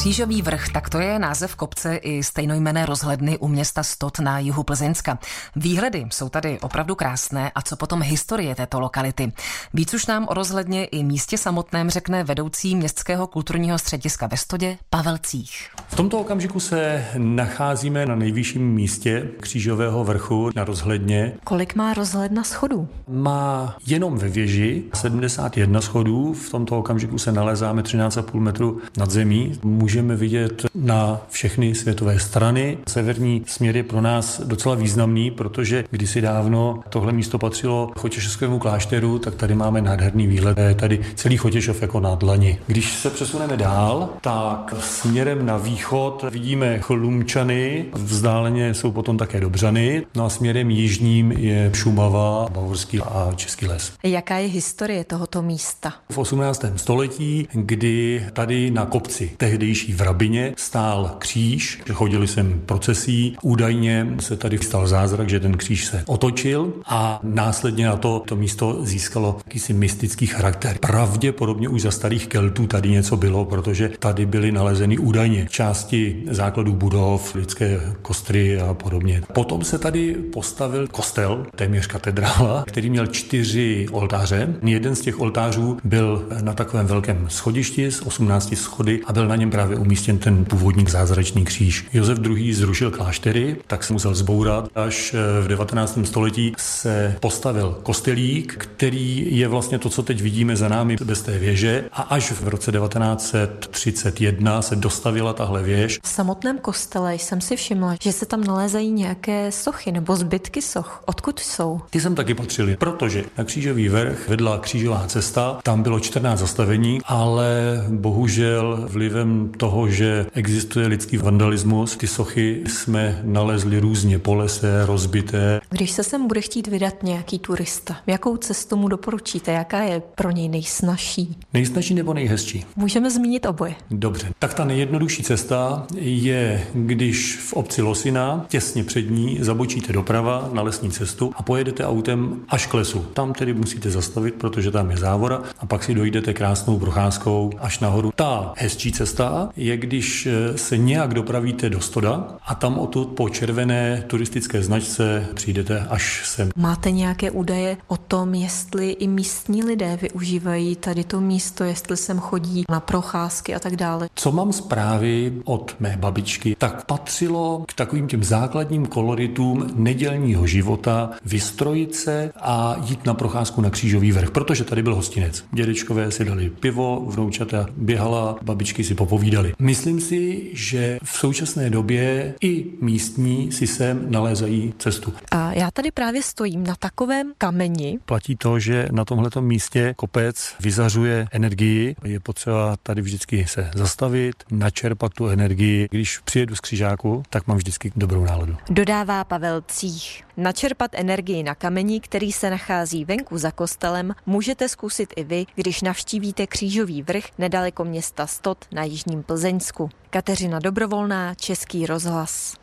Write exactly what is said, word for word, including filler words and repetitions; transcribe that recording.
Křížový vrch, tak to je název kopce i stejnojmenné rozhledny u města Stot na jihu Plzeňska. Výhledy jsou tady opravdu krásné a co potom historie této lokality. Víc už nám o rozhledně i místě samotném řekne vedoucí městského kulturního střediska ve Stodě Pavel Cích. V tomto okamžiku se nacházíme na nejvyšším místě Křížového vrchu na rozhledně. Kolik má rozhledna schodů? Má jenom ve věži sedmdesát jedna schodů. V tomto okamžiku se nalézáme třináct celá pět metru nad zemí. Můžeme vidět na všechny světové strany. Severní směr je pro nás docela významný, protože kdysi dávno tohle místo patřilo Chotěšovskému klášteru, tak tady máme nádherný výhled. Je tady celý Chotěšov jako na dlani. Když se přesuneme dál, tak směrem na východ vidíme Chlumčany, vzdáleně jsou potom také Dobřany, no a směrem jižním je Šumava, Bavorský a Český les. Jaká je historie tohoto místa? V osmnáctém století, kdy tady na kopci tehdejší Vrabině stál kříž, chodili sem procesí, údajně se tady stal zázrak, že ten kříž se otočil a následně na to to místo získalo jakýsi mystický charakter. Pravděpodobně už za starých Keltů tady něco bylo, protože tady byly nalezeny údajně části základů budov, lidské kostry a podobně. Potom se tady postavil kostel, téměř katedrála, který měl čtyři oltáře. Jeden z těch oltářů byl na takovém velkém schodišti s osmnácti schody a byl na něm právě umístěn ten původní zázračný kříž. Josef druhý. zrušil kláštery, tak se musel zbourat. Až v devatenáctém století se postavil kostelík, který je vlastně to, co teď vidíme za námi bez té věže, a až v roce devatenáct set třicet jedna se dostavila tahle věž. V samotném kostele jsem si všimla, že se tam nalézají nějaké sochy nebo zbytky soch. Odkud jsou? Ty sem taky patřily, protože na Křížový vrch vedla křížová cesta, tam bylo čtrnáct zastavení, ale bohužel vlivem toho, že existuje lidský vandalismus, ty sochy jsme nalezli různě po lese, rozbité. Když se sem bude chtít vydat nějaký turista, jakou cestu mu doporučíte? Jaká je pro něj nejsnažší? Nejsnažší nebo nejhezčí? Můžeme zmínit oboje. Dobře. Tak ta nejjednodušší cesta je, když v obci Losina těsně před ní zabočíte doprava na lesní cestu a pojedete autem až k lesu. Tam tedy musíte zastavit, protože tam je závora a pak si dojdete krásnou procházkou až nahoru. Ta hezčí cesta je, když se nějak dopravíte do Stoda a tam odtud po červené turistické značce přijdete až sem. Máte nějaké údaje o tom, jestli i místní lidé využívají tady to místo, jestli sem chodí na procházky a tak dále? Co mám zprávy od mé babičky, tak patřilo k takovým těm základním koloritům nedělního života vystrojit se a jít na procházku na Křížový vrch, protože tady byl hostinec. Dědečkové si dali pivo, vnoučata běhala, babičky si popovídali. Myslím si, že v současné době i místní si sem nalézají cestu. A já tady právě stojím na takovém kameni. Platí to, že na tomhleto místě kopec vyzařuje energii. Je potřeba tady vždycky se zastavit, načerpat tu energii. Když přijedu z křižáku, tak mám vždycky dobrou náladu. Dodává Pavel Cích. Načerpat energii na kameni, který se nachází venku za kostelem, můžete zkusit i vy, když navštívíte Křížový vrch nedaleko města Stot na jižním Plzeňsku. Kateřina Dobrovolná, Český rozhlas.